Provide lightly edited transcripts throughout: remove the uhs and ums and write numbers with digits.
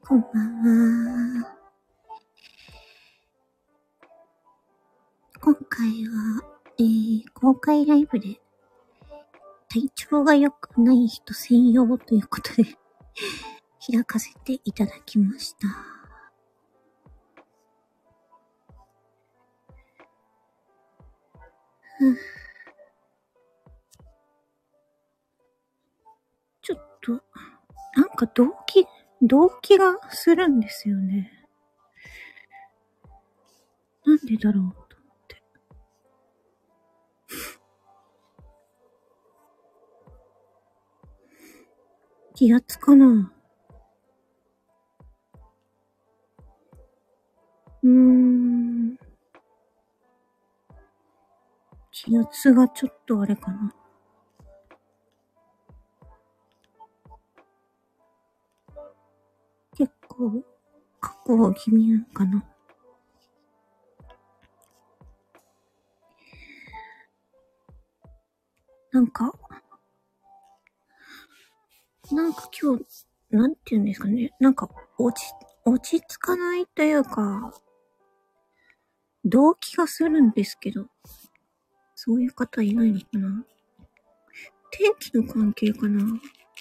こんばんは。今回は、公開ライブで体調が良くない人専用ということで開かせていただきました。ちょっと、なんか動悸がするんですよね。なんでだろうと思って。気圧かな？気圧がちょっとあれかな。結構、過去気味なのかな。なんか今日、なんて言うんですかね。なんか落ち着かないというか、動悸がするんですけど、そういう方いないのかな？天気の関係かな？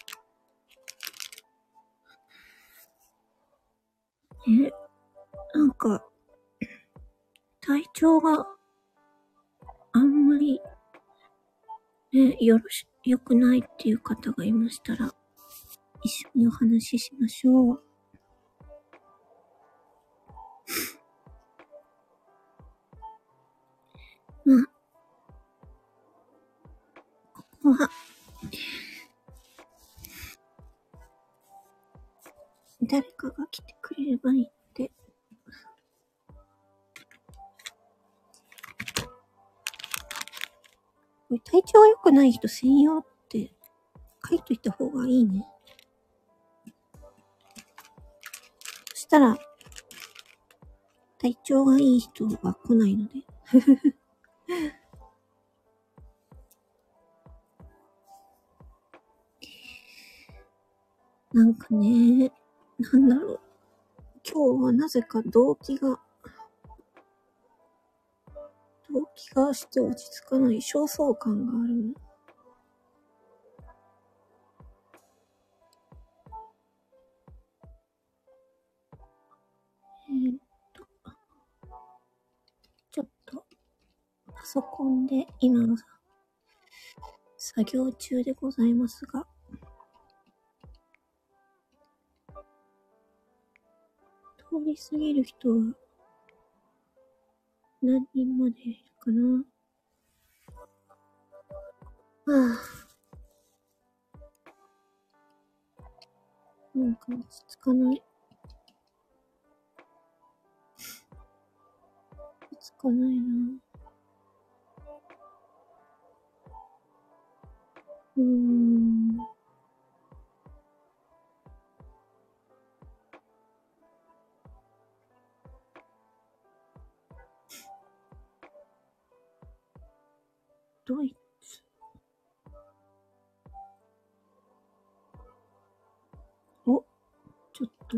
なんか、体調があんまり、良くないっていう方がいましたら、一緒にお話ししましょう。まあ、ここは、誰かが来てくれればいいって。体調が良くない人専用って書いといた方がいいね。そしたら、体調がいい人は来ないので。なんかね、なんだろう。今日はなぜか動悸がして落ち着かない焦燥感がある。ちょっと、パソコンで今の作業中でございますが、通り過ぎる人は何人までいるかな。なんか落ち着かない。落ち着かないな。ドイツ。お、ちょっと。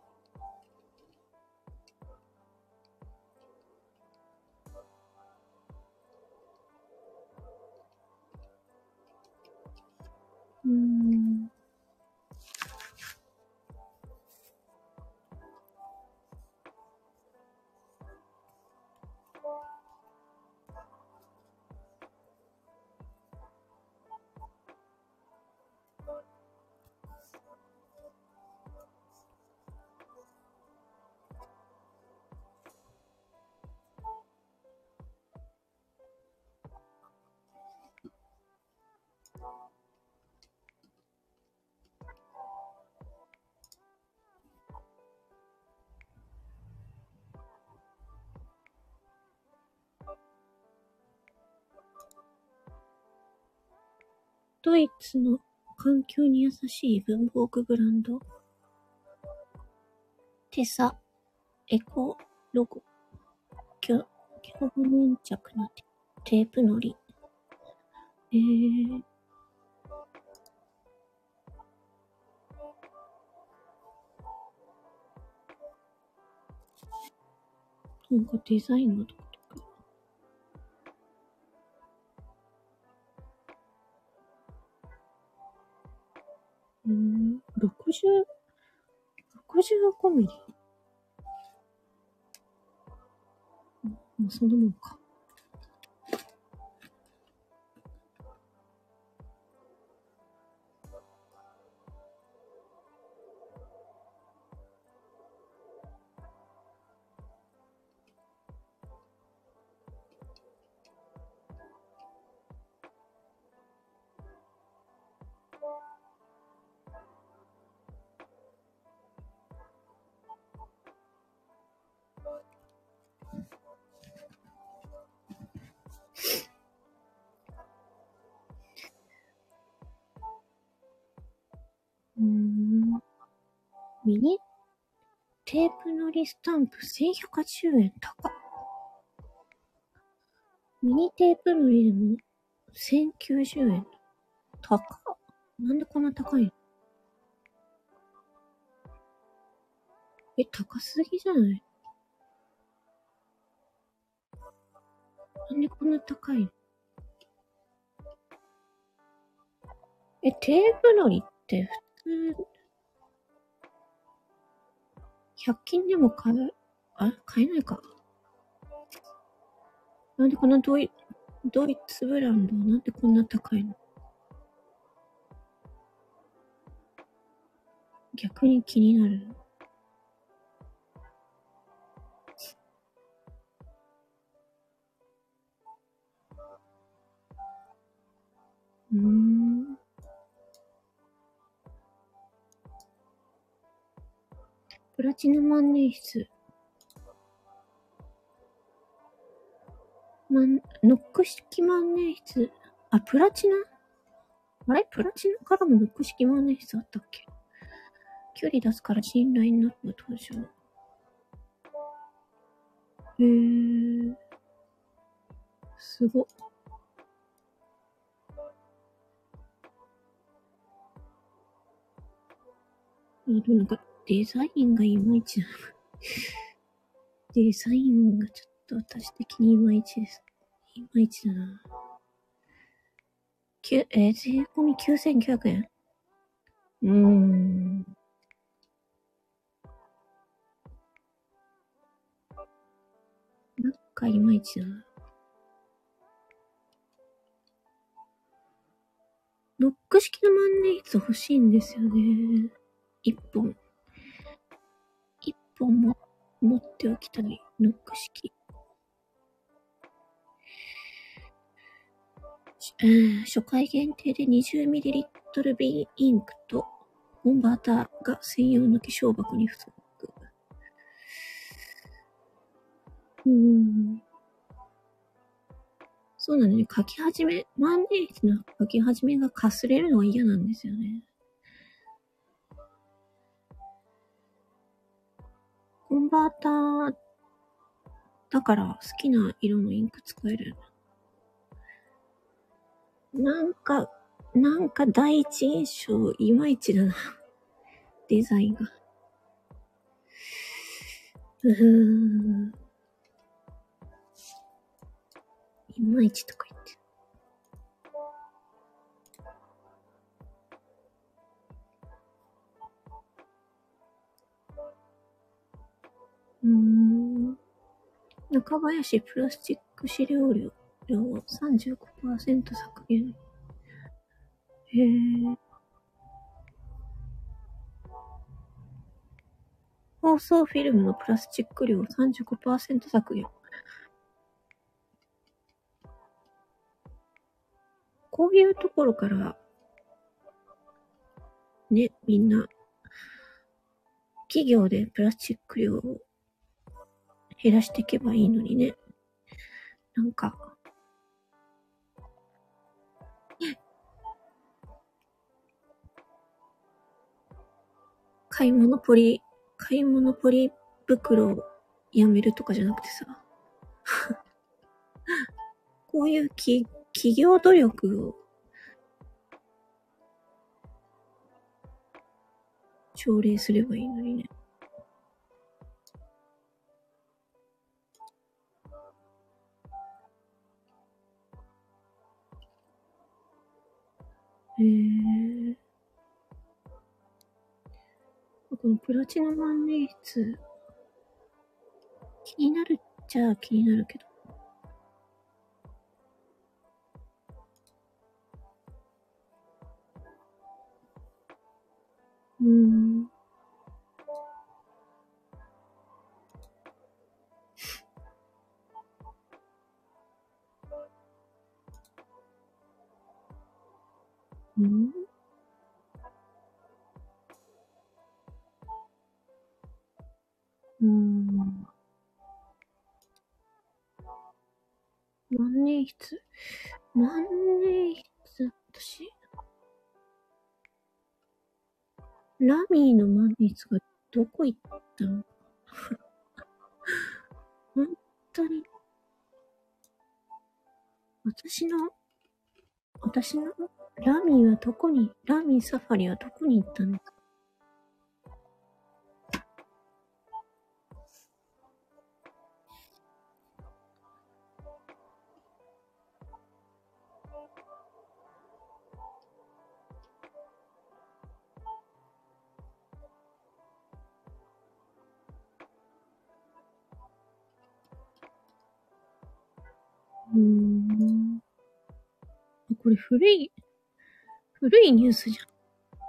ドイツの環境に優しい文房具ブランド、テサエコロゴ、強粘着のテープのり。 なんかデザインが独特。65ミリ。もうそんなもんか。ミニテープのりスタンプ1180円高っ。ミニテープのりでも1090円。高っ。なんでこんな高いの？高すぎじゃない？なんでこんな高いの？テープのりって普通、100均でも買えないか。なんでこんなドイツブランドなんでこんな高いの？逆に気になる。プラチナ万年筆。ノック式万年筆。プラチナ？プラチナからもノック式万年筆あったっけ？距離出すから新ラインナップ登場。すごっ。でもなんかデザインがいまいちな。デザインがちょっと私的にいまいちです。いまいちだな。税込み9900円？なんかいまいちだな。ノック式の万年筆欲しいんですよね。一本も持っておきたい。ノック式。初回限定で 20ml 瓶インクとコンバーターが専用の化粧箱に付属。そうなのね。万年筆の書き始めがかすれるのが嫌なんですよね。コンバーターだから好きな色のインク使える。なんか第一印象いまいちだな。デザインが。いまいちとか言って。中林プラスチック飼料量 35% 削減。包装フィルムのプラスチック量 35% 削減。こういうところからね、みんな企業でプラスチック量を減らしていけばいいのにね。なんか買い物ポリ袋をやめるとかじゃなくてさこういう企業努力を奨励すればいいのにね。 このプラチナ万年筆、気になるっちゃ気になるけど。万年筆。万年筆、私。ラミーの万年筆がどこ行ったの本当に。私のラミーはどこに、ラミーサファリはどこに行ったんですか？これ古いニュースじゃん。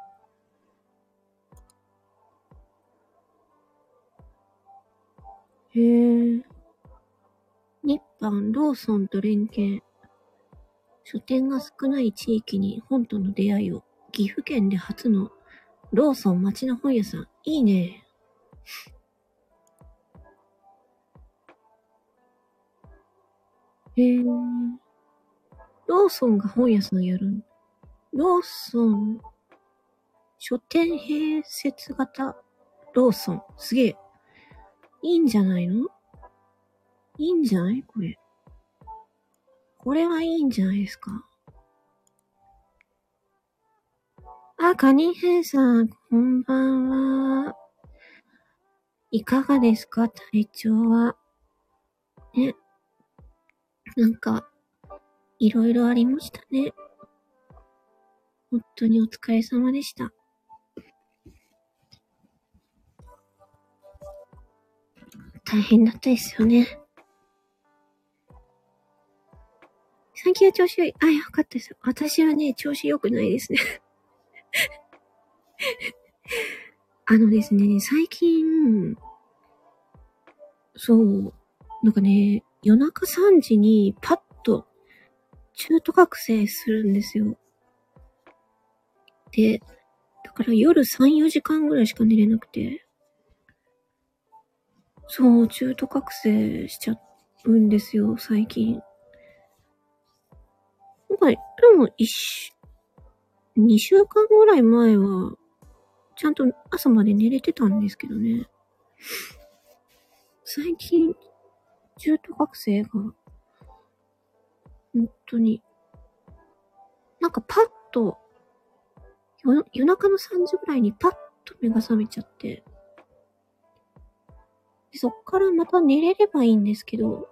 日販、ローソンと連携。書店が少ない地域に本との出会いを。岐阜県で初のローソン町の本屋さん。いいね。ローソンが本屋さんやるの？ローソン、書店併設型ローソン。すげえ。いいんじゃないの？いいんじゃないこれ。これはいいんじゃないですか。あ、カニヘイさん、こんばんは。いかがですか体調は。ね。なんか、いろいろありましたね。本当にお疲れ様でした。大変だったですよね。最近は調子良い。あ、よかったですよ。私はね、調子良くないですね。ですね、最近、そう、なんかね、夜中3時にパッと中途覚醒するんですよ。で、だから夜3、4時間ぐらいしか寝れなくて、そう、中途覚醒しちゃうんですよ、最近。なんか、でも2週間ぐらい前は、ちゃんと朝まで寝れてたんですけどね。最近、中途覚醒が、本当に、なんかパッと、夜中の3時ぐらいにパッと目が覚めちゃって、でそっからまた寝れればいいんですけど、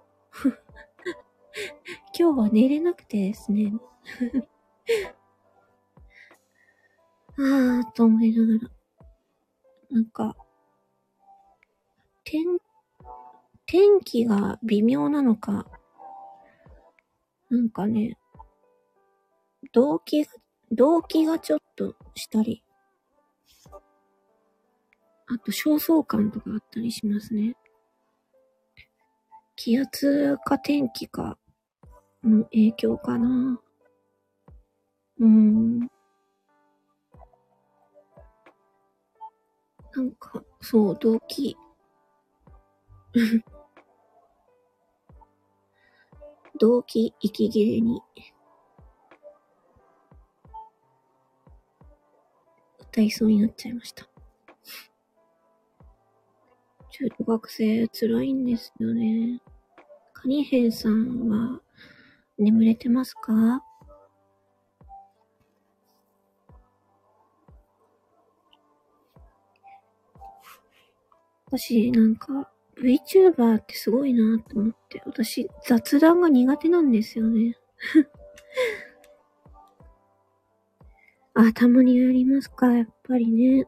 今日は寝れなくてですね。あーと思いながら。なんか、天気が微妙なのか、なんかね、動悸がちょっとしたり、あと焦燥感とかあったりしますね。気圧か天気かの影響かな。なんか、そう、動悸。動悸、息切れに。歌いそうになっちゃいました。中途覚醒辛いんですよね。カニヘンさんは眠れてますか？私、なんか、VTuber ってすごいなと思って、私、雑談が苦手なんですよね。 あ、たまにやりますか、やっぱりね。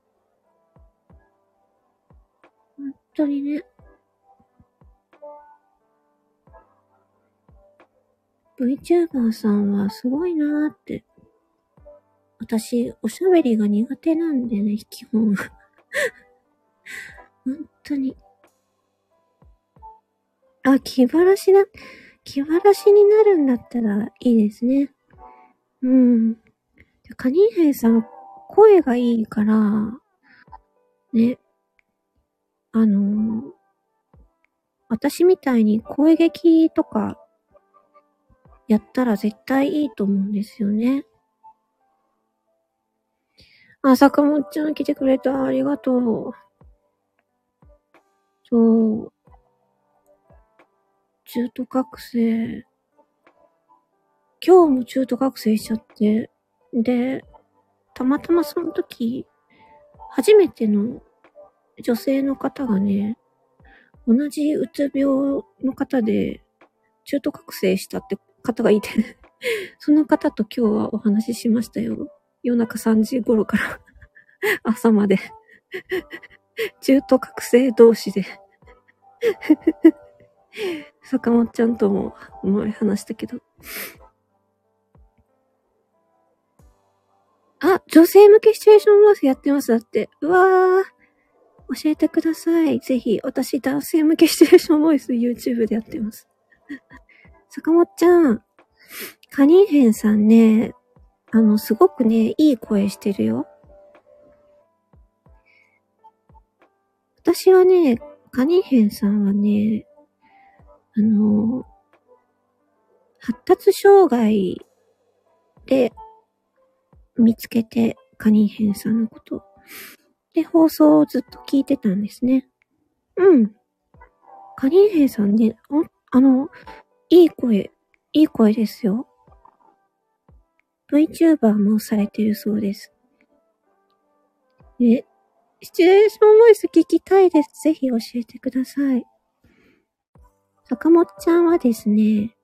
本当にね。VTuber さんはすごいなーって。私、おしゃべりが苦手なんでね、基本。本当に。あ、気晴らしになるんだったらいいですね。うん。カニンヘイさん、声がいいから、ね、私みたいに声劇とかやったら絶対いいと思うんですよね。あ、坂本ちゃん来てくれた。ありがとう。そう。中途覚醒。今日も中途覚醒しちゃって。で、たまたまその時、初めての女性の方がね、同じうつ病の方で、中途覚醒したって方がいて、その方と今日はお話ししましたよ。夜中3時頃から朝まで。中途覚醒同士で。坂本ちゃんとも話したけど。あ、女性向けシチュエーションボイスやってます。だって。うわー。教えてください。ぜひ、私、男性向けシチュエーションボイス YouTube でやってます。坂本ちゃん、カニンヘンさんね、すごくね、いい声してるよ。私はね、カニンヘンさんはね、発達障害で見つけて、カニンヘンさんのこと。で、放送をずっと聞いてたんですね。うん。カニンヘンさんね、いい声ですよ。VTuber もされてるそうです。ね、シチュエーションボイス聞きたいです。ぜひ教えてください。坂本ちゃんはですね、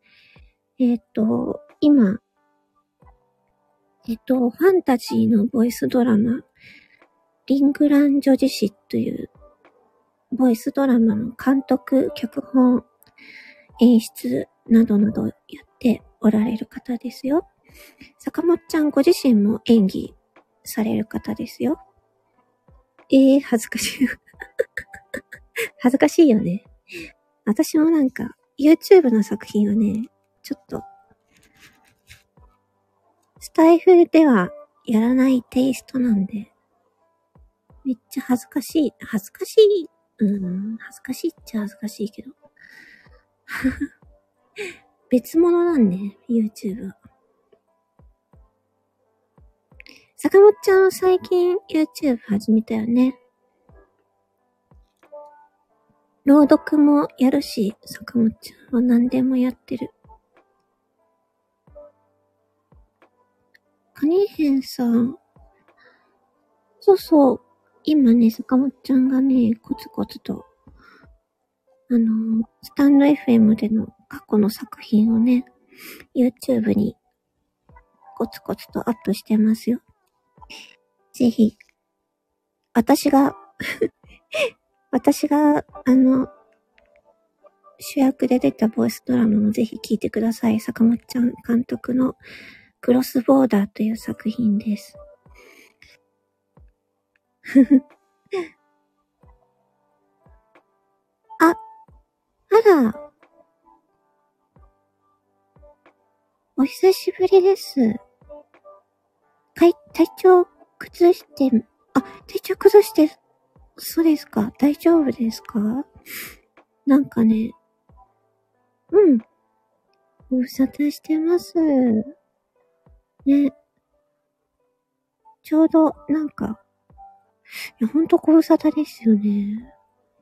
今、ファンタジーのボイスドラマ、リングラン女子誌というボイスドラマの監督、脚本、演出などなどやっておられる方ですよ。坂本ちゃんご自身も演技される方ですよ。恥ずかしい。恥ずかしいよね。私もなんか、YouTube の作品はね、ちょっと、スタイフではやらないテイストなんで、めっちゃ恥ずかしい。恥ずかしいっちゃ恥ずかしいけど。別物なんで、YouTube は。坂本ちゃんは最近 YouTube 始めたよね。朗読もやるし、坂本ちゃんは何でもやってる。カニヘンさん。そうそう。今ね、坂本ちゃんがね、コツコツと、スタンド FM での過去の作品をね、YouTube にコツコツとアップしてますよ。ぜひ、私が主役で出たボイスドラマもぜひ聞いてください。坂本ちゃん監督のクロスボーダーという作品です。あら、お久しぶりです。体調崩して、そうですか？大丈夫ですか？なんかね、うん、ご無沙汰してます。ね、ちょうど、なんか、いや、ほんとご無沙汰ですよね。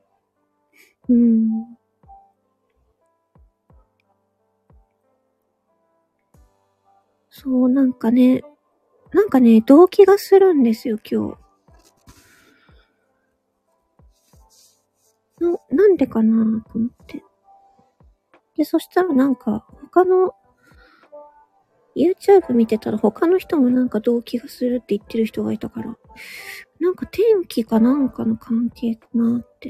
そう、なんかね、動悸がするんですよ、今日。なんでかなと思って。で、そしたらなんか、他の YouTube 見てたら他の人もなんか動悸がするって言ってる人がいたから、なんか天気かなんかの関係かなって。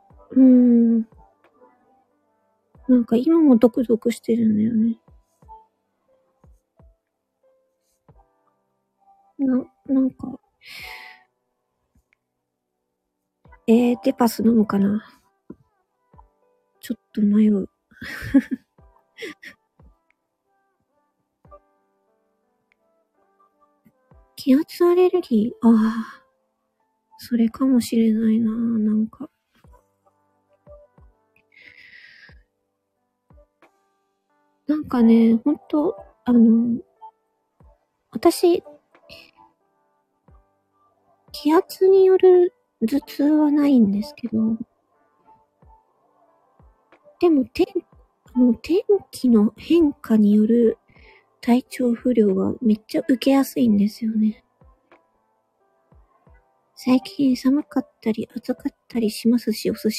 なんか今もドクドクしてるんだよね。なんか、デパス飲むかな。ちょっと迷う。気圧アレルギー、それかもしれないな、なんか。なんかね、ほんと、私、気圧による頭痛はないんですけど、でも天気の変化による体調不良はめっちゃ受けやすいんですよね。最近寒かったり暑かったりしますし、お寿司。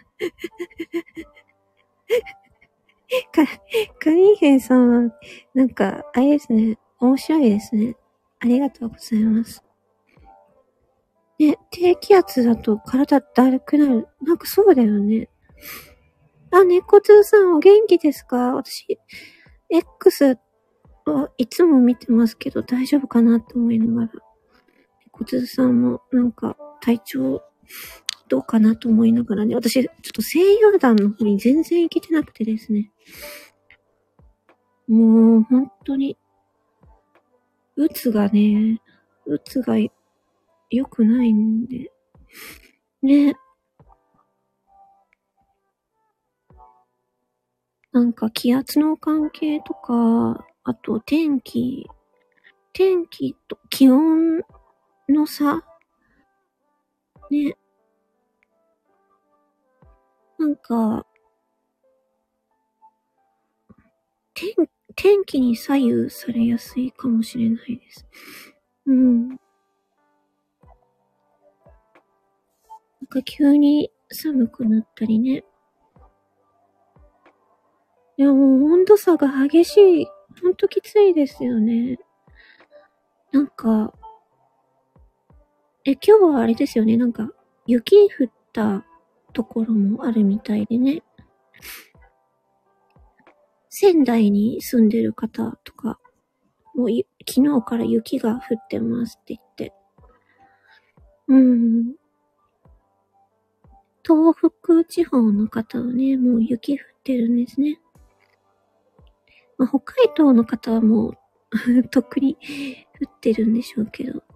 カリンヘイさんは、なんか、あれですね、面白いですね。ありがとうございます。ね、低気圧だと体だるくなる。なんかそうだよね。猫通さんお元気ですか？私、X をいつも見てますけど大丈夫かなって思いながら。猫通さんもなんか体調どうかなと思いながらね。私、ちょっと声優団の方に全然行けてなくてですね。もう本当に、うつが良くないんで。ね。なんか気圧の関係とか、あと天気と気温の差ね。なんか、天気に左右されやすいかもしれないです。なんか急に寒くなったりね。いやもう温度差が激しい。ほんときついですよね。なんか、今日はあれですよね。なんか、雪降ったところもあるみたいでね。仙台に住んでる方とか、もう昨日から雪が降ってますって言って。東北地方の方はね、もう雪降ってるんですね。北海道の方はもうとっくに降ってるんでしょうけど。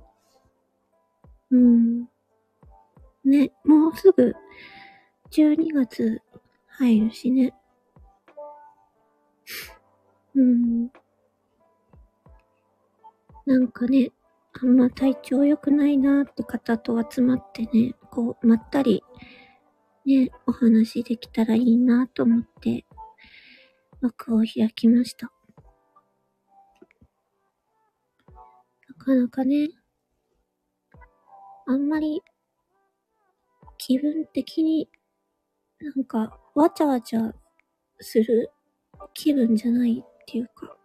ね、もうすぐ12月入るしね。なんかね、あんま体調良くないなーって方と集まってね、こう、まったり、ね、お話できたらいいなと思って、枠を開きました。なかなかね、あんまり、気分的になんか、わちゃわちゃする気分じゃないっていうか。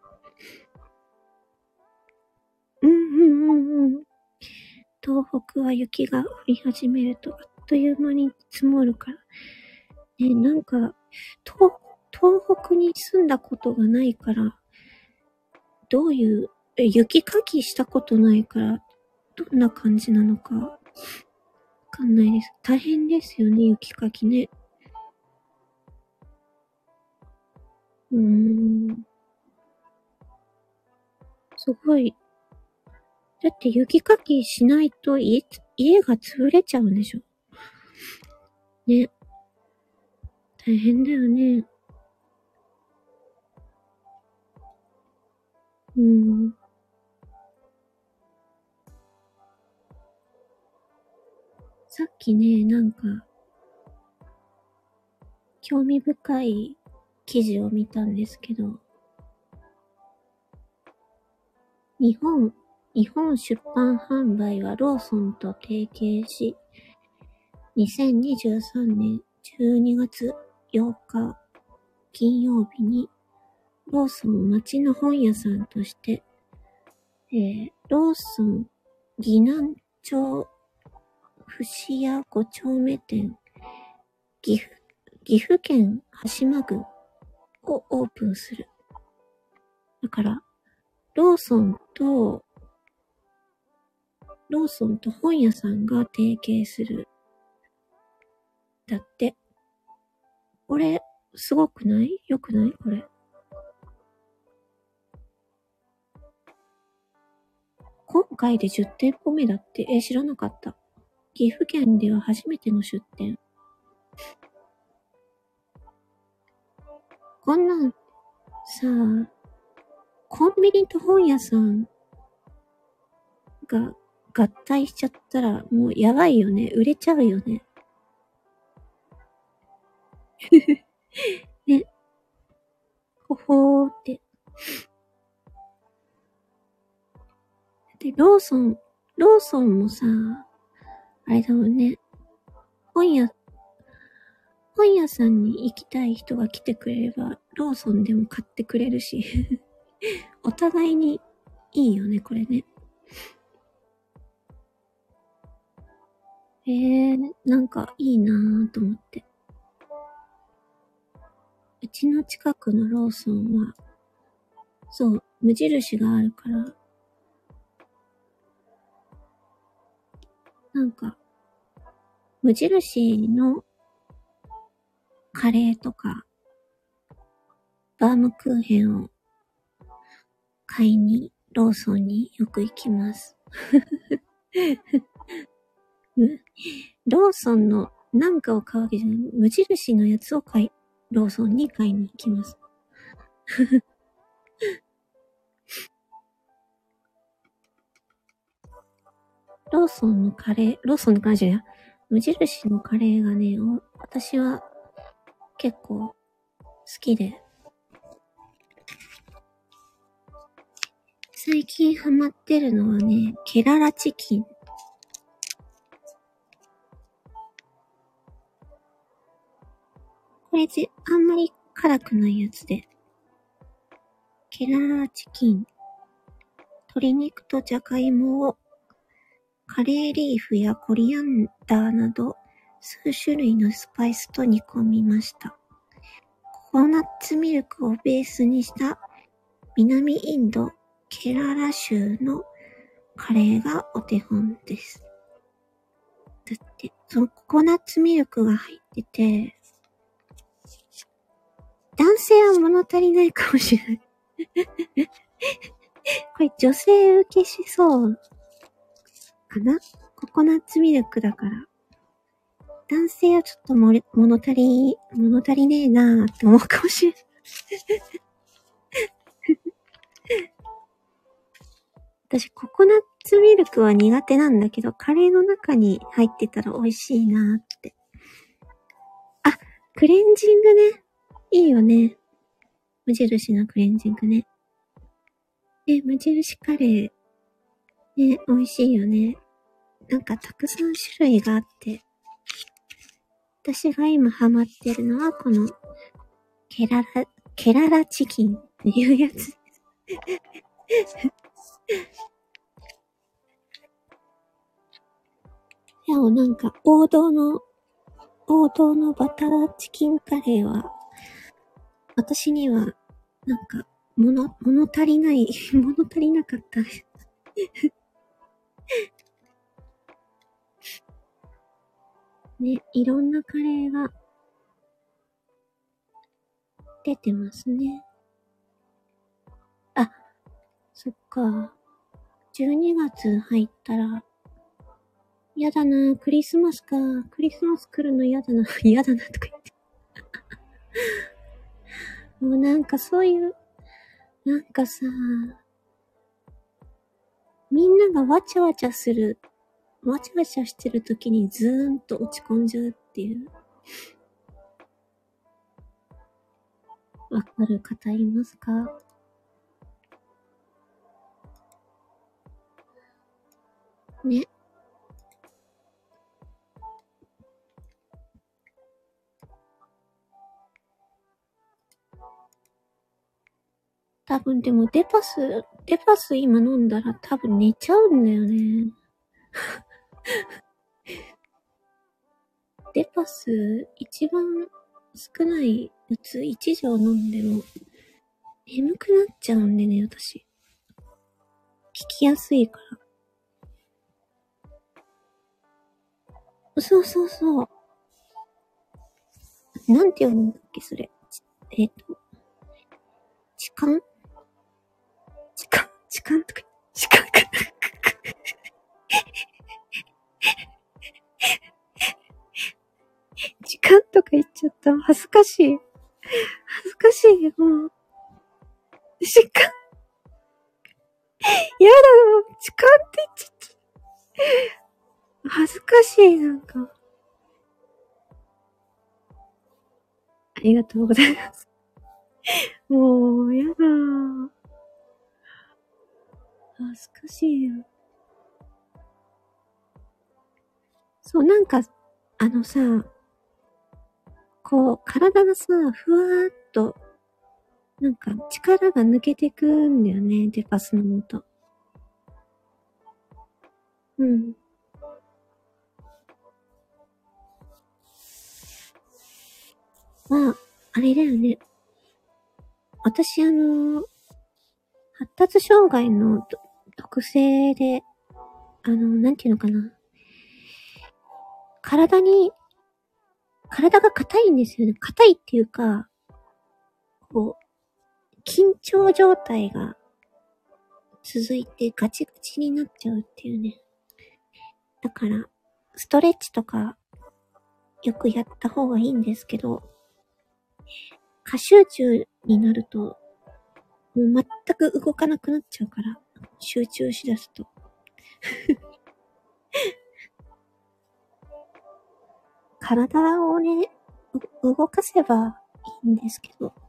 東北は雪が降り始めるとあっという間に積もるから。ね、なんか、東北に住んだことがないから、どういう、雪かきしたことないから、どんな感じなのか、わかんないです。大変ですよね、雪かきね。すごい。だって雪かきしないと家が潰れちゃうんでしょ。ね。大変だよね。さっきね、なんか、興味深い記事を見たんですけど、日本出版販売はローソンと提携し、2023年12月8日金曜日にローソン町の本屋さんとして、ローソン岐南町伏屋5丁目店岐阜県羽島郡をオープンする。だから、ローソンと本屋さんが提携する。だって。これ、すごくない？よくない？これ。今回で10店舗目だって。知らなかった。岐阜県では初めての出店。こんなん、さあ、コンビニと本屋さんが合体しちゃったらもうやばいよね。売れちゃうよね。ね。ほほーって。で、ローソンもさ、あれだもんね。本屋さんに行きたい人が来てくれれば、ローソンでも買ってくれるし。お互いにいいよね、これね。なんかいいなぁと思って。うちの近くのローソンは、そう、無印があるから、なんか、無印のカレーとか、バームクーヘンを買いに、ローソンによく行きます。ローソンのなんかを買うわけじゃない。無印のやつをローソンに買いに行きます。ローソンのカレーじゃない。無印のカレーがね、私は結構好きで。最近ハマってるのはね、ケララチキン。これあんまり辛くないやつで。ケララチキン。鶏肉とじゃがいもをカレーリーフやコリアンダーなど数種類のスパイスと煮込みました。ココナッツミルクをベースにした南インドケララ州のカレーがお手本です。だって、そのココナッツミルクが入ってて、男性は物足りないかもしれない。これ女性受けしそうかな？ココナッツミルクだから。男性はちょっと物足りねえなーって思うかもしれない。私、ココナッツミルクは苦手なんだけど、カレーの中に入ってたら美味しいなーって。あ、クレンジングね。いいよね。無印のクレンジングね。無印カレー。ね、美味しいよね。なんかたくさん種類があって。私が今ハマってるのはこのケララチキンっていうやつ。でもなんか王道のバターチキンカレーは、私にはなんか物足りない、物足りなかったです。ね、いろんなカレーが出てますね。あ、そっか。12月入ったら、やだな、クリスマスか。クリスマス来るのやだな、やだなとか言って。もうなんかそういう、なんかさ、みんながわちゃわちゃしてる時にずーんと落ち込んじゃうっていう。わかる方いますか？ね。 多分でもデパス今飲んだら多分寝ちゃうんだよね。デパス一番少ないやつ1錠飲んでも眠くなっちゃうんでね、私。聞きやすいから。そうそうそう。なんて読むんだっけ、それ。痴漢とか、痴漢か。痴漢とか言っちゃった。恥ずかしい。恥ずかしいよ、もう。痴漢。やだ、もう、痴漢って言っちゃった。恥ずかしい、なんか。ありがとうございます。もう、やだー。恥ずかしいよ。そう、なんか、さ、こう、体がさ、ふわーっと、なんか、力が抜けてくんだよね、デパス飲むと。うん。まあ、あれだよね。私発達障害の特性で、なんていうのかな。体が硬いんですよね。硬いっていうか、こう、緊張状態が続いてガチガチになっちゃうっていうね。だから、ストレッチとか、よくやった方がいいんですけど、過集中になると、もう全く動かなくなっちゃうから、集中しだすと。体をね、動かせばいいんですけど、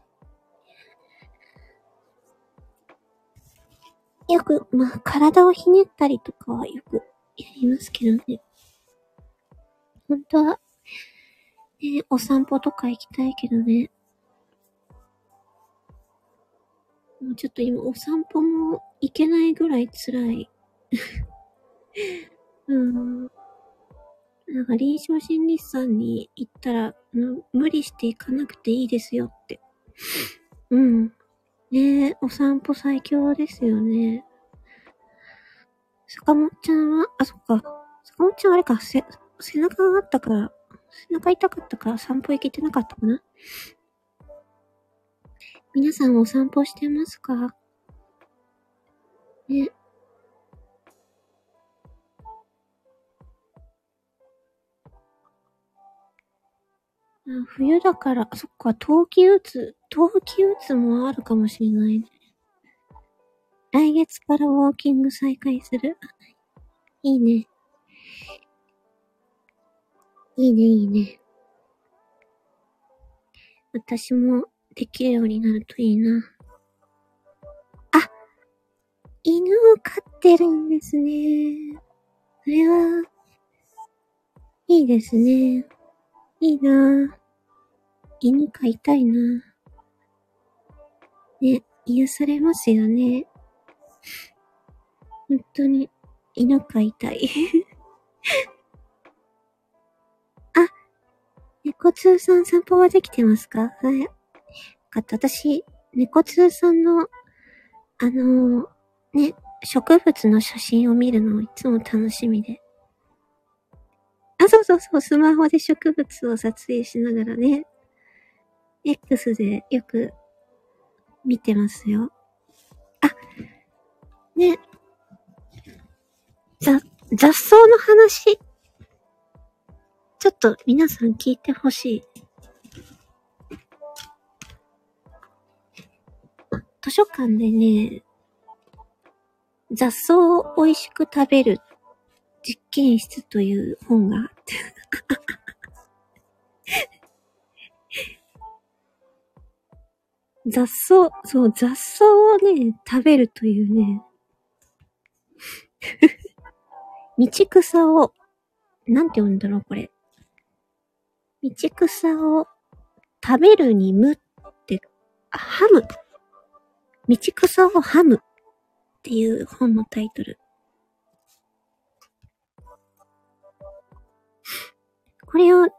よく、まあ、体をひねったりとかはよくやりますけどね。本当は、ね、お散歩とか行きたいけどね。もうちょっと今お散歩も行けないぐらい辛い。なんか臨床心理士さんに行ったら、無理して行かなくていいですよって。うん。ねえ、お散歩最強ですよね。坂本ちゃんは、あ、そっか。坂本ちゃんあれか、背中があったから、背中痛かったから散歩行けてなかったかな。皆さんお散歩してますかね。冬だから、そっか、冬季うつもあるかもしれないね。来月からウォーキング再開する。いいね。いいね、いいね。私もできるようになるといいな。あ、犬を飼ってるんですね。それは、いいですね。いいな。犬飼いたいな。ね、癒されますよね。本当に、犬飼いたい。あ、猫通さん散歩はできてますか？はい。よかった。私、猫通さんの、ね、植物の写真を見るのいつも楽しみで。あ、そうそうそう、スマホで植物を撮影しながらね、X でよく見てますよ。あ、ね、雑草の話、ちょっと皆さん聞いてほしい。図書館でね、雑草を美味しく食べる実験室という本があって。雑草をね、食べるというね、道草を、なんて読んだろう、これ。道草を食べるにむって、ハム。 道草をハムっていう本のタイトル。これを、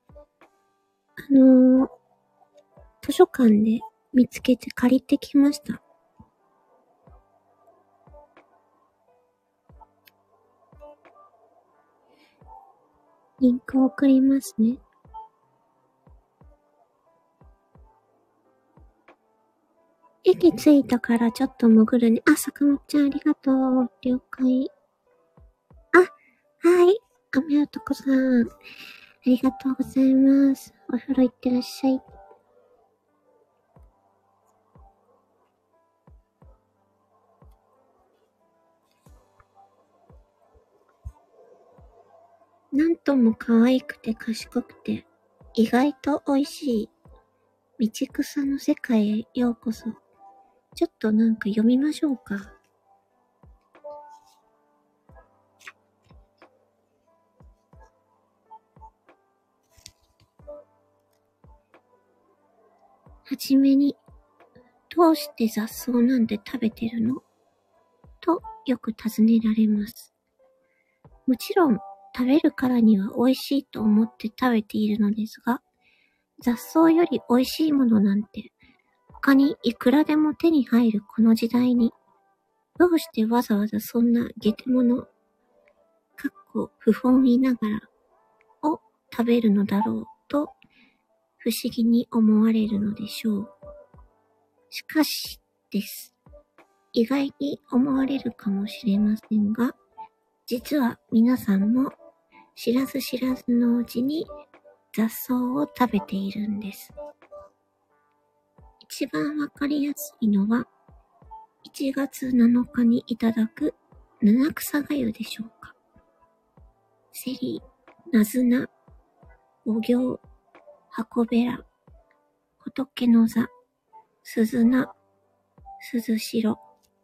図書館で見つけて借りてきました。リンクを送りますね。駅着いたからちょっと潜るね。あ、坂本ちゃんありがとう。了解。あ、はい。雨男さん。ありがとうございます。お風呂行ってらっしゃい。なんとも可愛くて賢くて、意外と美味しい、道草の世界へようこそ。ちょっとなんか読みましょうか。はじめに、どうして雑草なんて食べてるの？とよく尋ねられます。もちろん食べるからには美味しいと思って食べているのですが、雑草より美味しいものなんて他にいくらでも手に入るこの時代に、どうしてわざわざそんな下手物、不本意ながらを食べるのだろうと不思議に思われるのでしょう。しかしです。意外に思われるかもしれませんが、実は皆さんも知らず知らずのうちに雑草を食べているんです。一番わかりやすいのは、1月7日にいただく七草がゆでしょうか。セリ、ナズナ、お行、箱べら、仏の座、鈴菜、鈴代。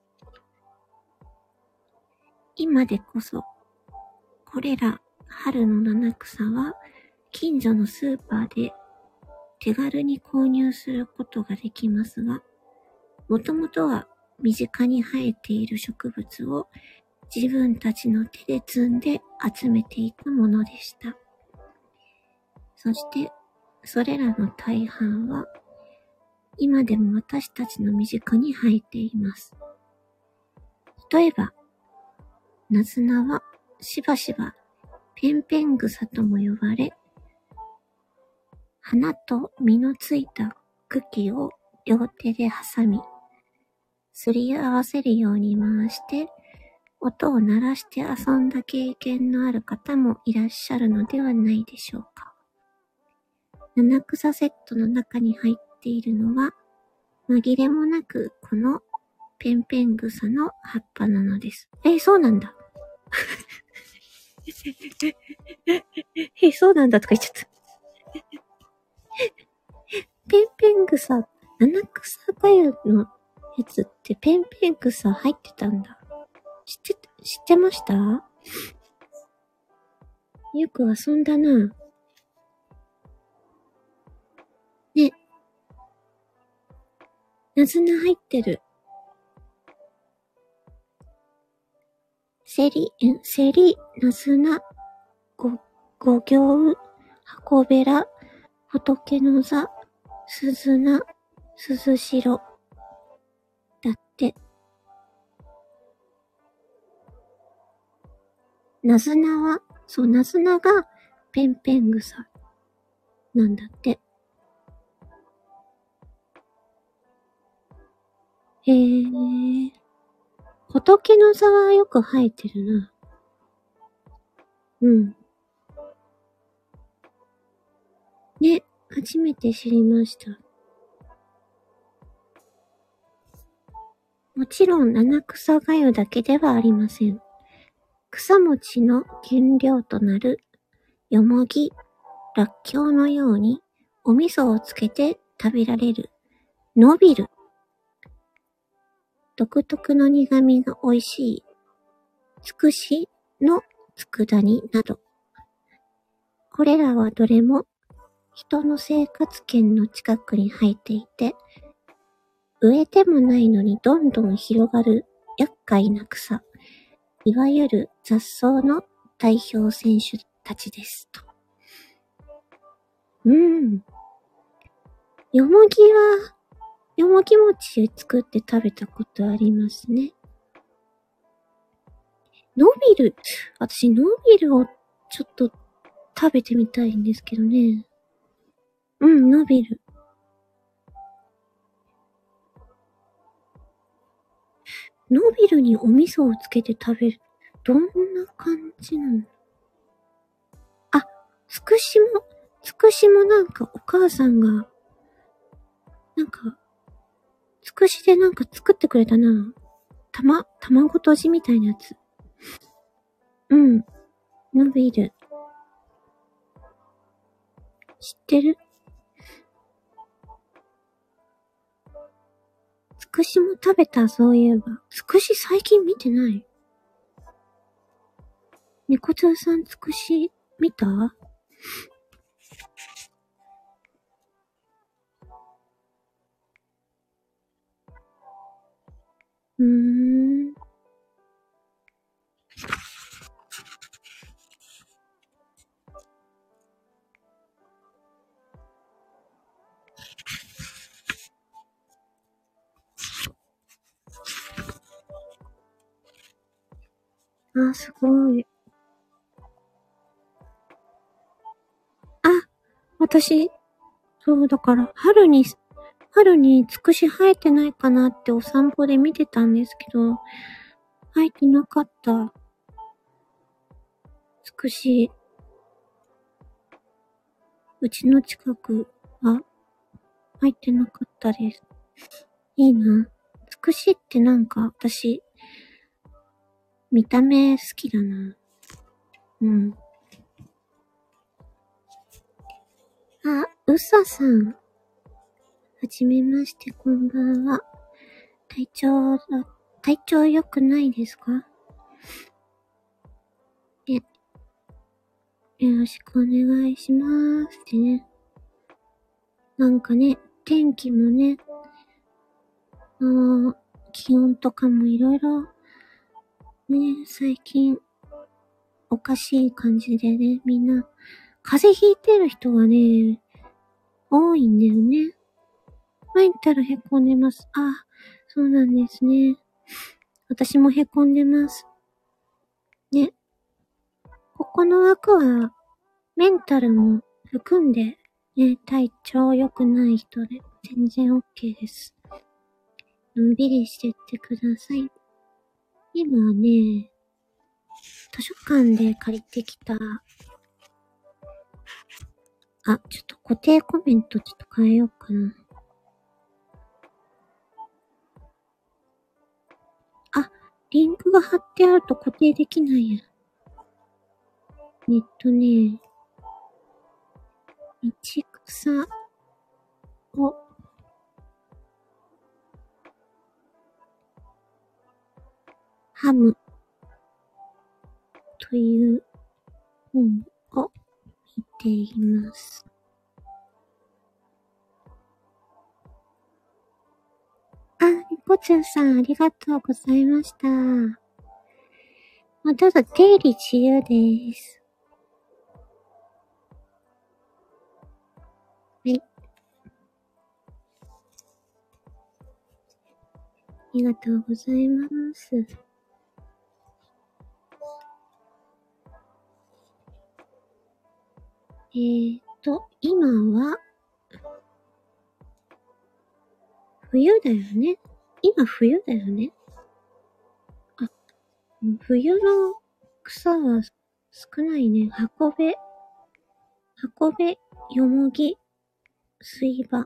今でこそ、これら春の七草は近所のスーパーで手軽に購入することができますが、もともとは身近に生えている植物を自分たちの手で摘んで集めていたものでした。そして、それらの大半は、今でも私たちの身近に生えています。例えば、ナズナはしばしばペンペン草とも呼ばれ、花と実のついた茎を両手で挟み、すり合わせるように回して、音を鳴らして遊んだ経験のある方もいらっしゃるのではないでしょうか。七草セットの中に入っているのは、紛れもなくこのペンペン草の葉っぱなのです。そうなんだ。そうなんだとか言っちゃった。ペンペン草、七草がゆのやつってペンペン草入ってたんだ。知ってました？よく遊んだな。ね。ナズナ入ってる。セリ、ナズナ、五行、箱べら、仏の座、鈴菜、鈴代。だって。ナズナがペンペン草なんだって。仏の座はよく生えてるな。うん。ね、初めて知りました。もちろん七草がゆだけではありません。草餅の原料となるよもぎ、らっきょうのようにお味噌をつけて食べられるのびる。独特の苦味が美味しいつくしの佃煮など。これらはどれも人の生活圏の近くに生えていて、 植えてもないのにどんどん広がる厄介な草。いわゆる雑草の代表選手たちですと。よもぎ餅作って食べたことありますね。私ノビルをちょっと食べてみたいんですけどね。ノビル。ノビルにお味噌をつけて食べる。どんな感じなの？あ、つくしもなんかお母さんが、なんか、つくしでなんか作ってくれたな。卵とじみたいなやつ。ノビル。知ってる？つくしも食べた、そういえば。つくし最近見てない。猫ちゃんさんつくし見た？すごい。私、そうだから、春につくし生えてないかなってお散歩で見てたんですけど、生えてなかった。つくし、うちの近くは生えてなかったです。いいな。つくしってなんか私、見た目好きだな。うささん。はじめまして、こんばんは。体調良くないですか？よろしくお願いしますってね。なんかね、天気もね、気温とかもいろいろ、ね、最近、おかしい感じでね、みんな、風邪ひいてる人がね、多いんだよね。前言ったらへこんでます。そうなんですね。私もへこんでます。ね。ここの枠は、メンタルも含んで、ね、体調良くない人で全然 OK です。のんびりしてってください。今はね、図書館で借りてきた、ちょっと固定コメントちょっと変えようかな。リンクが貼ってあると固定できないや。道草を、ハムという本を見ています。ニコチュンさんありがとうございました。どうぞ出入り自由です。はい。ありがとうございます。今は、冬だよね。今冬だよね。冬の草は少ないね。箱べ、よもぎ、水場。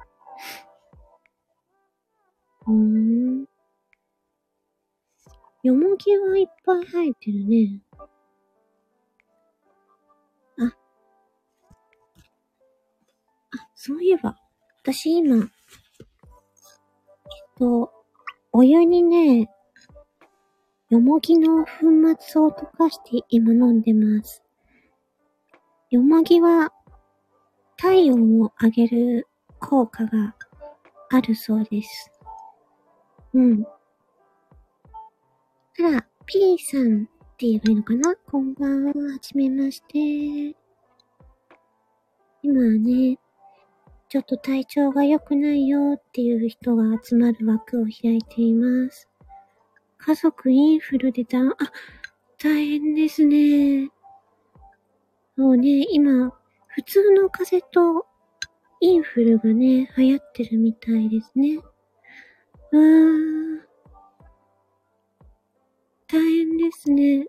よもぎはいっぱい生えてるね。そういえば、私今、お湯にね、よもぎの粉末を溶かして今飲んでます。よもぎは体温を上げる効果があるそうです。 うん。あら、P さんって言えばいいのかな？こんばんは、はじめまして。今はね、ちょっと体調が良くないよっていう人が集まる枠を開いています。家族インフルで大変ですね。そうね、今、普通の風邪とインフルがね、流行ってるみたいですね。大変ですね。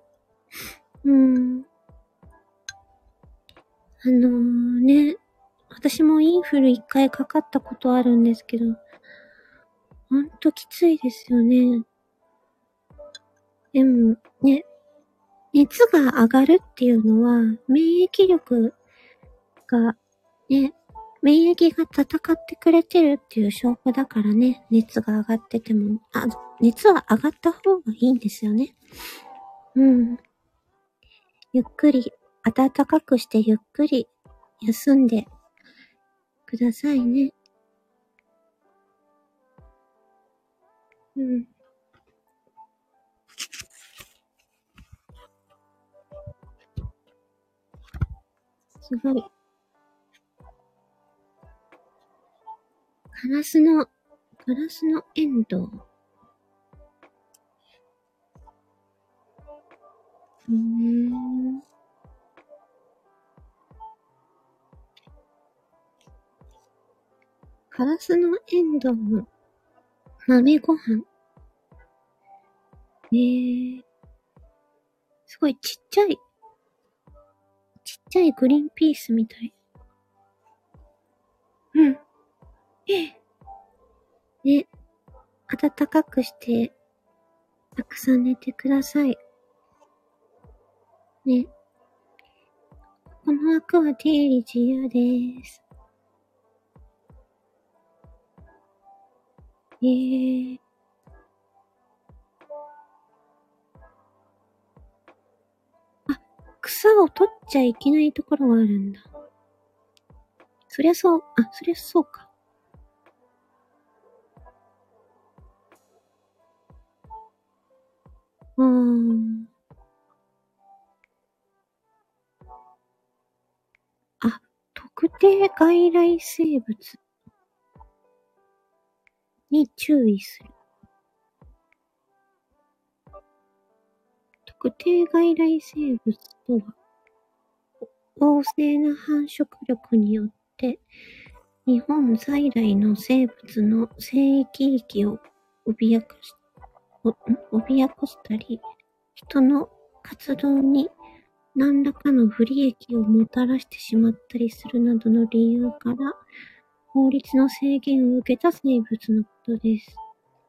ね、私もインフル一回かかったことあるんですけど、ほんときついですよね。でも、ね、熱が上がるっていうのは、免疫力が、ね、免疫が戦ってくれてるっていう証拠だからね、熱が上がってても、熱は上がった方がいいんですよね。ゆっくり、暖かくしてゆっくり休んでくださいね。すごい。ガラスのエンドウ。ガラスのエンドウの豆ご飯。すごいちっちゃいグリーンピースみたい。ね、暖かくして、たくさん寝てください。ね。この枠は出入り自由です。草を取っちゃいけないところがあるんだ。そりゃそうか。特定外来生物に注意する。特定外来生物とは、旺盛な繁殖力によって日本在来の生物の生域域を脅かしたり、人の活動に何らかの不利益をもたらしてしまったりするなどの理由から、法律の制限を受けた生物のことです。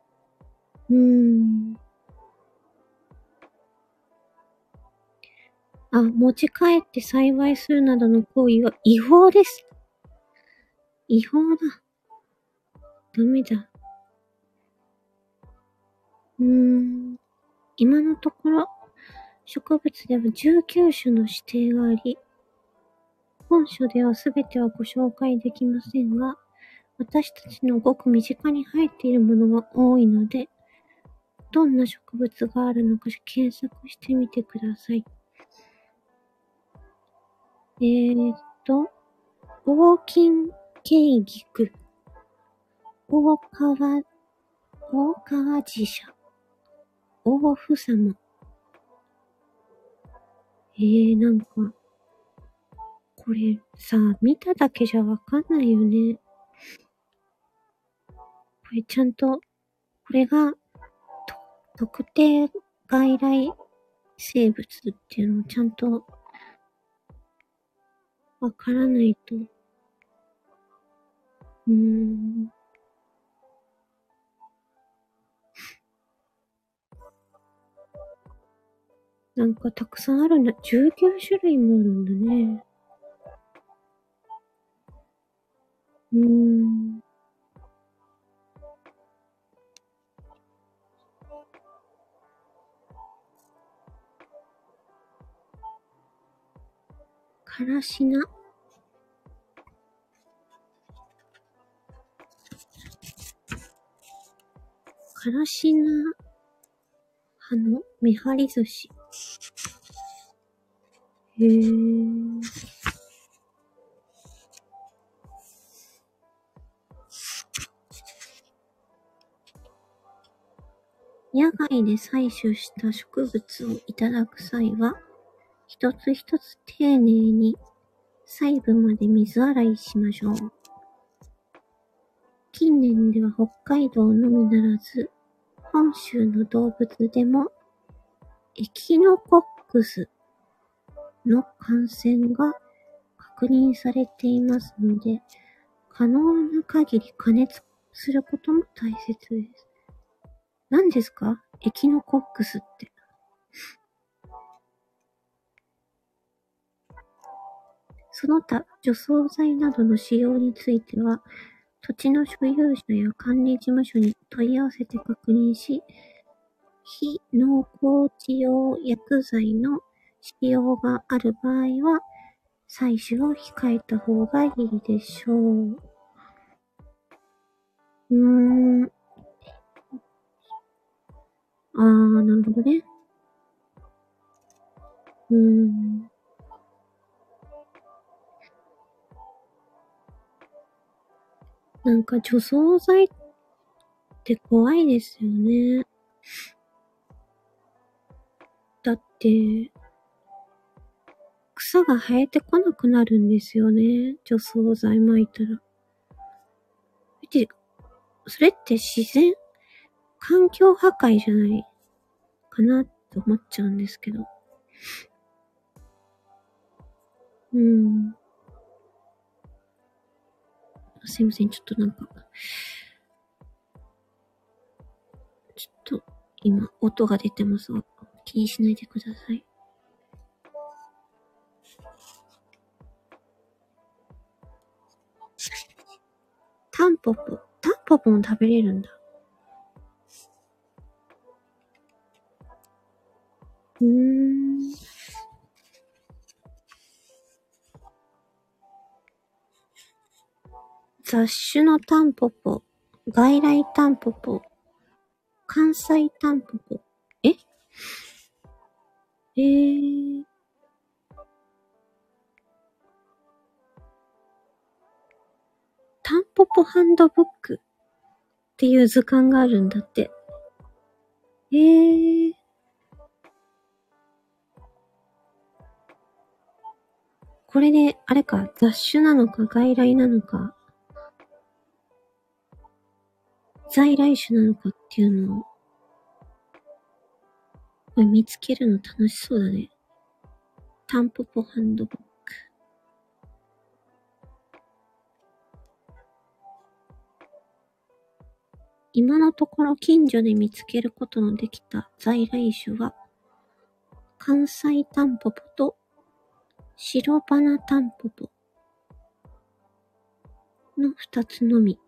持ち帰って栽培するなどの行為は違法です。違法だ。ダメだ。今のところ、植物では19種の指定があり、本書では全てはご紹介できませんが、私たちのごく身近に生えているものが多いので、どんな植物があるのか検索してみてください。オオキンケイギク、オオカワジシャ、オオフサマ。なんか、これさ、見ただけじゃわかんないよね。これちゃんと、これが、特定外来生物っていうのをちゃんとわからないと。なんかたくさんあるんだ。19種類もあるんだね。カラシナ。 からしな葉のめはり寿司。へー。野外で採取した植物をいただく際は、一つ一つ丁寧に細部まで水洗いしましょう。近年では北海道のみならず、本州の動物でもエキノコックスの感染が確認されていますので、可能な限り加熱することも大切です。何ですか？エキノコックスって。その他、除草剤などの使用については、土地の所有者や管理事務所に問い合わせて確認し、非農耕地用薬剤の使用がある場合は、採取を控えた方がいいでしょう。なるほどね。なんか除草剤って怖いですよね。だって、草が生えてこなくなるんですよね。除草剤撒いたら。それって自然、環境破壊じゃないかなって思っちゃうんですけど。すいません、ちょっとなんか、ちょっと今音が出てますが、気にしないでください。タンポポも食べれるんだ。雑種のタンポポ、外来タンポポ、関西タンポポ。タンポポハンドブックっていう図鑑があるんだって。これで、あれか、雑種なのか外来なのか、在来種なのかっていうのを、これ見つけるの楽しそうだね。タンポポハンドブック。今のところ近所で見つけることのできた在来種は、関西タンポポと白花タンポポの2つのみ。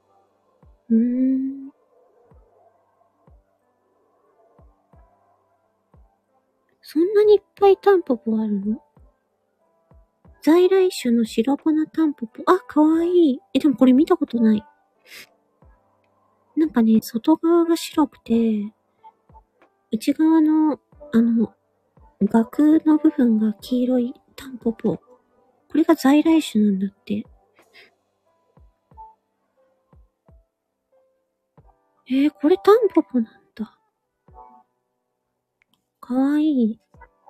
そんなにいっぱいタンポポあるの？在来種の白花タンポポ。あ、かわいい。でもこれ見たことない。なんかね、外側が白くて、内側の、額の部分が黄色いタンポポ。これが在来種なんだって。これタンポポなんだ。かわいい。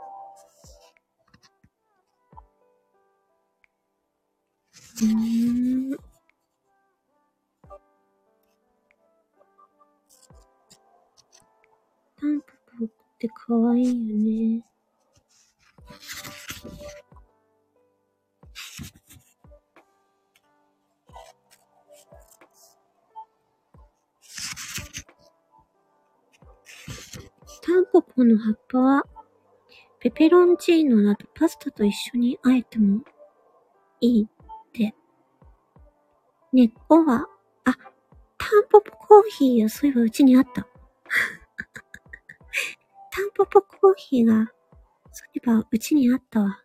タンポポってかわいいよね。タンポポの葉っぱはペペロンチーノなどパスタと一緒に和えてもいいって。根っこは、タンポポコーヒーがそういえばうちにあった。タンポポコーヒーがそういえばうちにあったわ。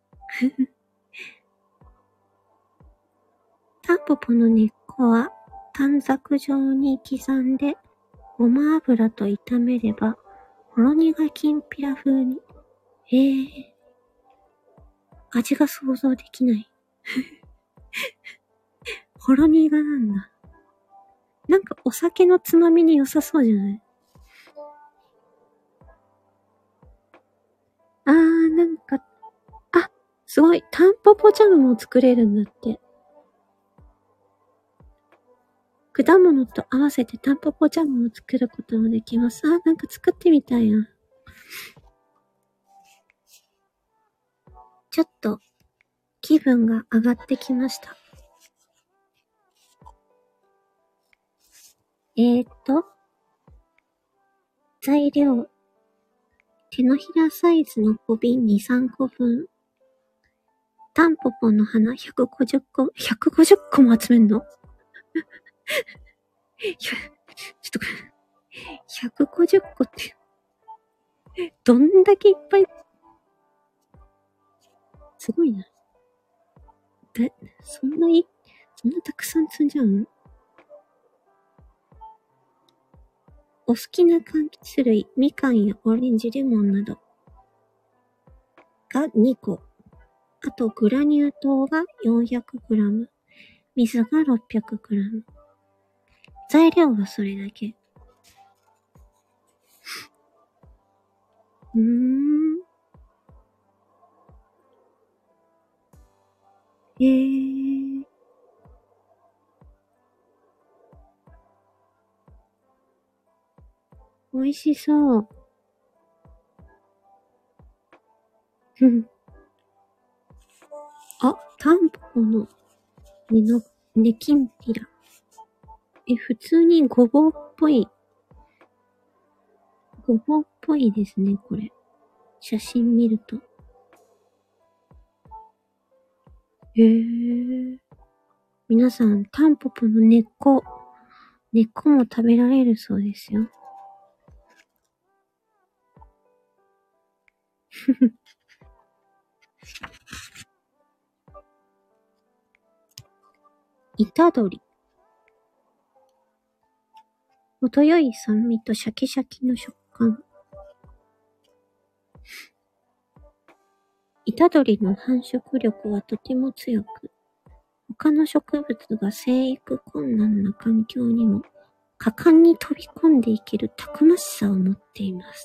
タンポポの根っこは短冊状に刻んで、ごま油と炒めれば、ほろ苦きんぴら風に。味が想像できない。ほろ苦なんだ。なんかお酒のつまみに良さそうじゃない？なんか、すごい。タンポポジャムも作れるんだって。果物と合わせてタンポポジャムを作ることもできます。なんか作ってみたいな。ちょっと気分が上がってきました。材料。手のひらサイズの小瓶2、3個分。タンポポの花150個、150個も集めんの？ちょっと、150個って、どんだけいっぱい、すごいな。そんなたくさん積んじゃうの？お好きな柑橘類、みかんやオレンジ、レモンなどが2個。あと、グラニュー糖が 400g。水が 600g。材料はそれだけ。美味しそう。タンポポの根きんぴら。普通にごぼうっぽいですね、これ。写真見ると。皆さん、タンポポの根っこも食べられるそうですよ。板鶏。程よい酸味とシャキシャキの食感。板鶏の繁殖力はとても強く、他の植物が生育困難な環境にも果敢に飛び込んでいけるたくましさを持っています。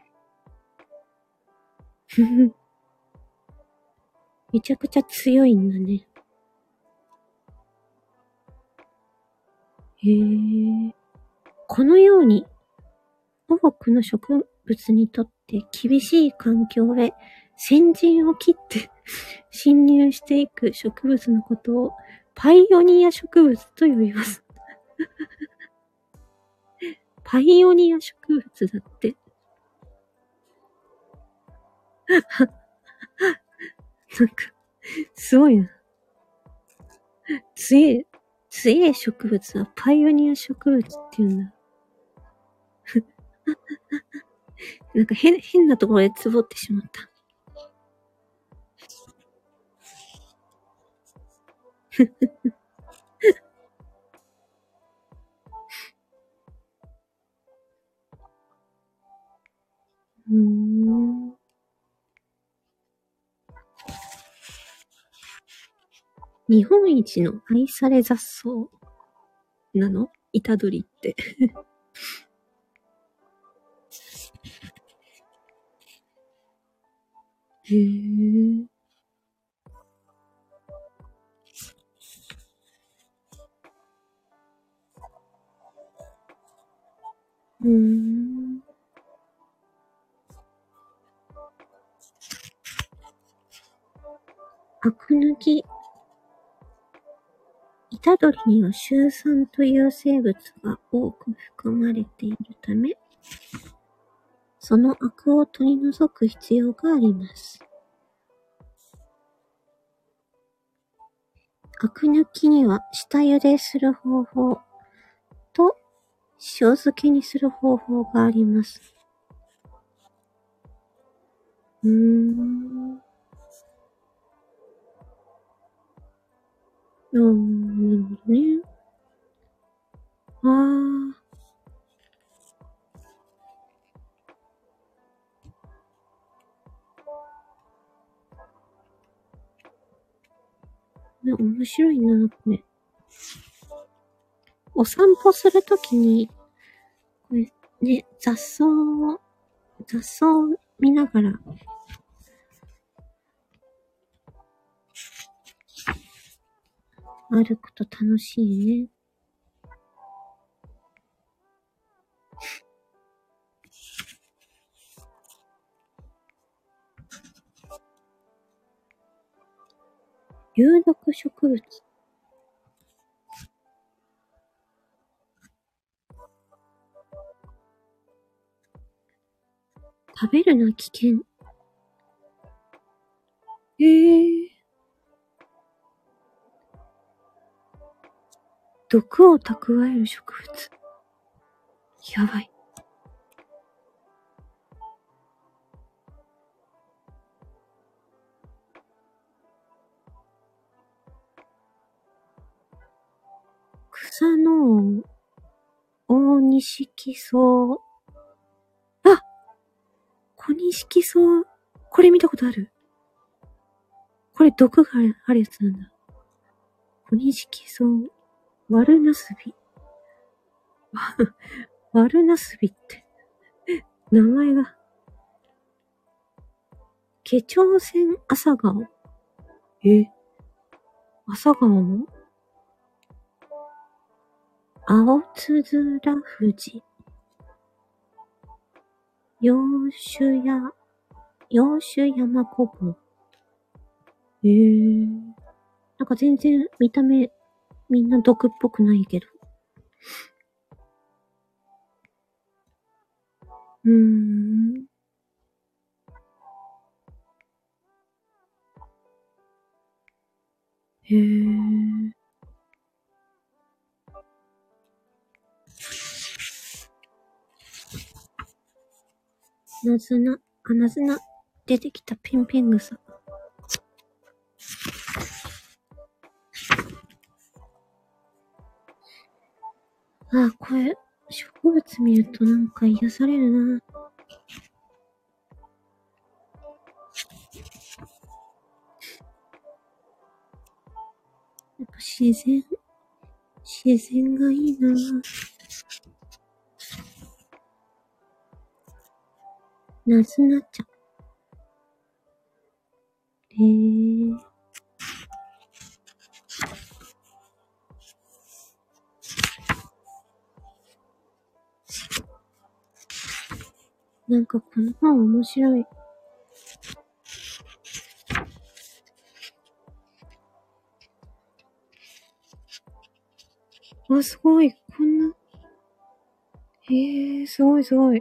めちゃくちゃ強いんだね。このように多くの植物にとって厳しい環境へ先陣を切って侵入していく植物のことをパイオニア植物と呼びます。パイオニア植物だって。なんか、すごいな。強い植物はパイオニア植物って言うんだ。なんか変なところでつぼってしまった。日本一の愛され雑草なの？板鶏って。アク抜き。板鶏にはシュウ酸という生物が多く含まれているため、そのアクを取り除く必要があります。アク抜きには下茹でする方法と塩漬けにする方法があります。なるほどね。 れ面白いな、これ。お散歩するときに、これね、雑草を見ながら、歩くと楽しいね。有毒植物。食べるな危険。毒を蓄える植物。やばい。草の大錦草。あ！小錦草。これ見たことある。これ毒があるやつなんだ。小錦草。ワルナスビ。ワルナスビって。名前が。ケチョウセンアサガオ。アサガオも青つづらふじ。洋酒山こぼ。なんか全然見た目みんな毒っぽくないけど。ナズナ。出てきたペンペン草。これ、植物見るとなんか癒されるな。やっぱ自然がいいな。ナズナ茶。なんかこの本面白い。すごい。こんな。すごいすごい。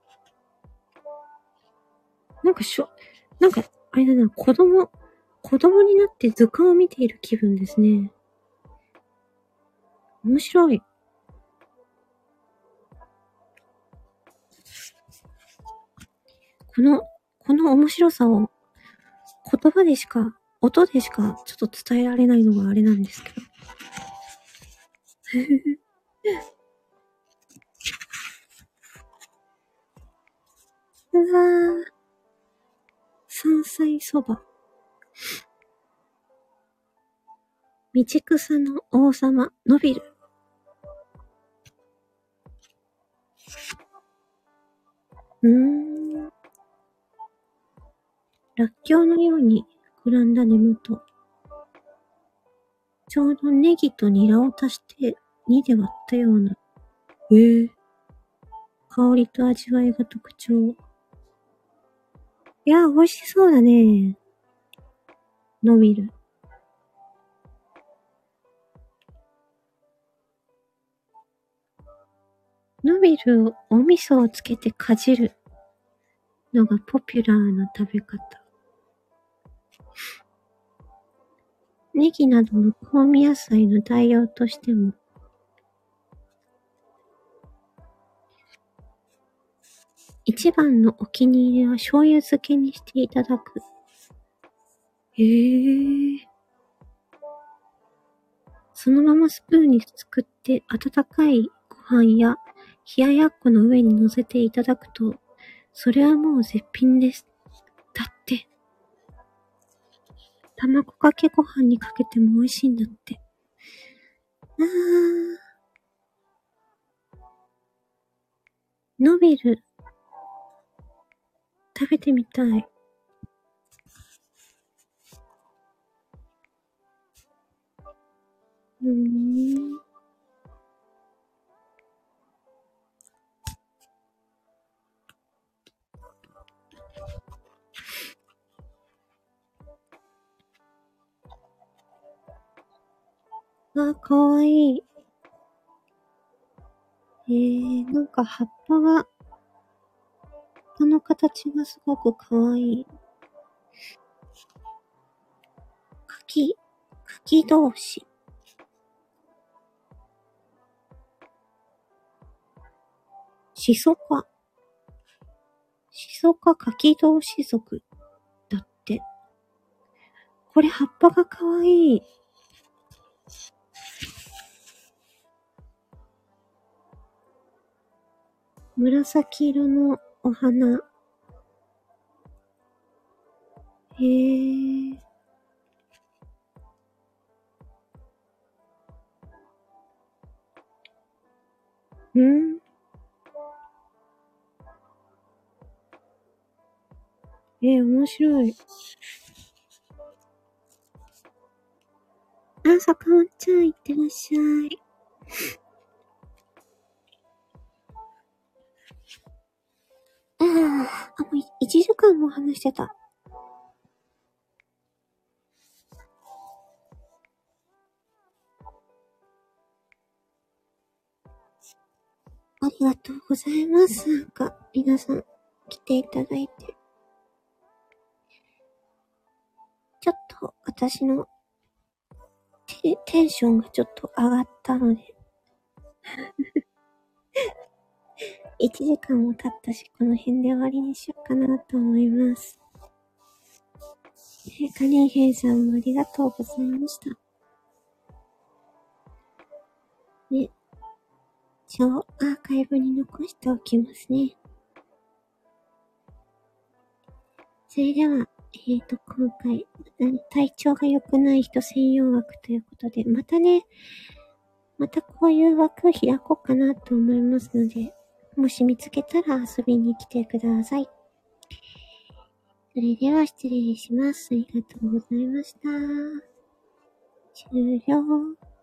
なんか、あれだな、子供になって図鑑を見ている気分ですね。面白い。この面白さを言葉でしか、音でしかちょっと伝えられないのがあれなんですけど。うわー。山菜そば。道草の王様、ノビル。らっきょうのように膨らんだ根元。ちょうどネギとニラを足して2で割ったような。香りと味わいが特徴。いや、美味しそうだね。ノビル。ノビルをお味噌をつけてかじるのがポピュラーな食べ方。ネギなどの香味野菜の代用としても、一番のお気に入りは醤油漬けにしていただく。そのままスプーンにすくって温かいご飯や冷ややっこの上に乗せていただくと、それはもう絶品です。だって。 卵かけご飯にかけても美味しいんだって。ノビル、食べてみたい。かわいい。なんか葉っぱが、葉の形がすごくかわいい。柿同士。シソ科柿同士属だって。これ葉っぱがかわいい。紫色のお花。面白い。坂本ちゃん、いってらっしゃい。もう1時間も話してた。ありがとうございます。なんか、皆さん、来ていただいて。ちょっと、私のテンションがちょっと上がったので。1時間も経ったし、この辺で終わりにしようかなと思います。カニンヘイさんもありがとうございました。ね。一応、アーカイブに残しておきますね。それでは、今回、体調が良くない人専用枠ということで、またこういう枠開こうかなと思いますので、もし見つけたら遊びに来てください。それでは失礼します。ありがとうございました。終了。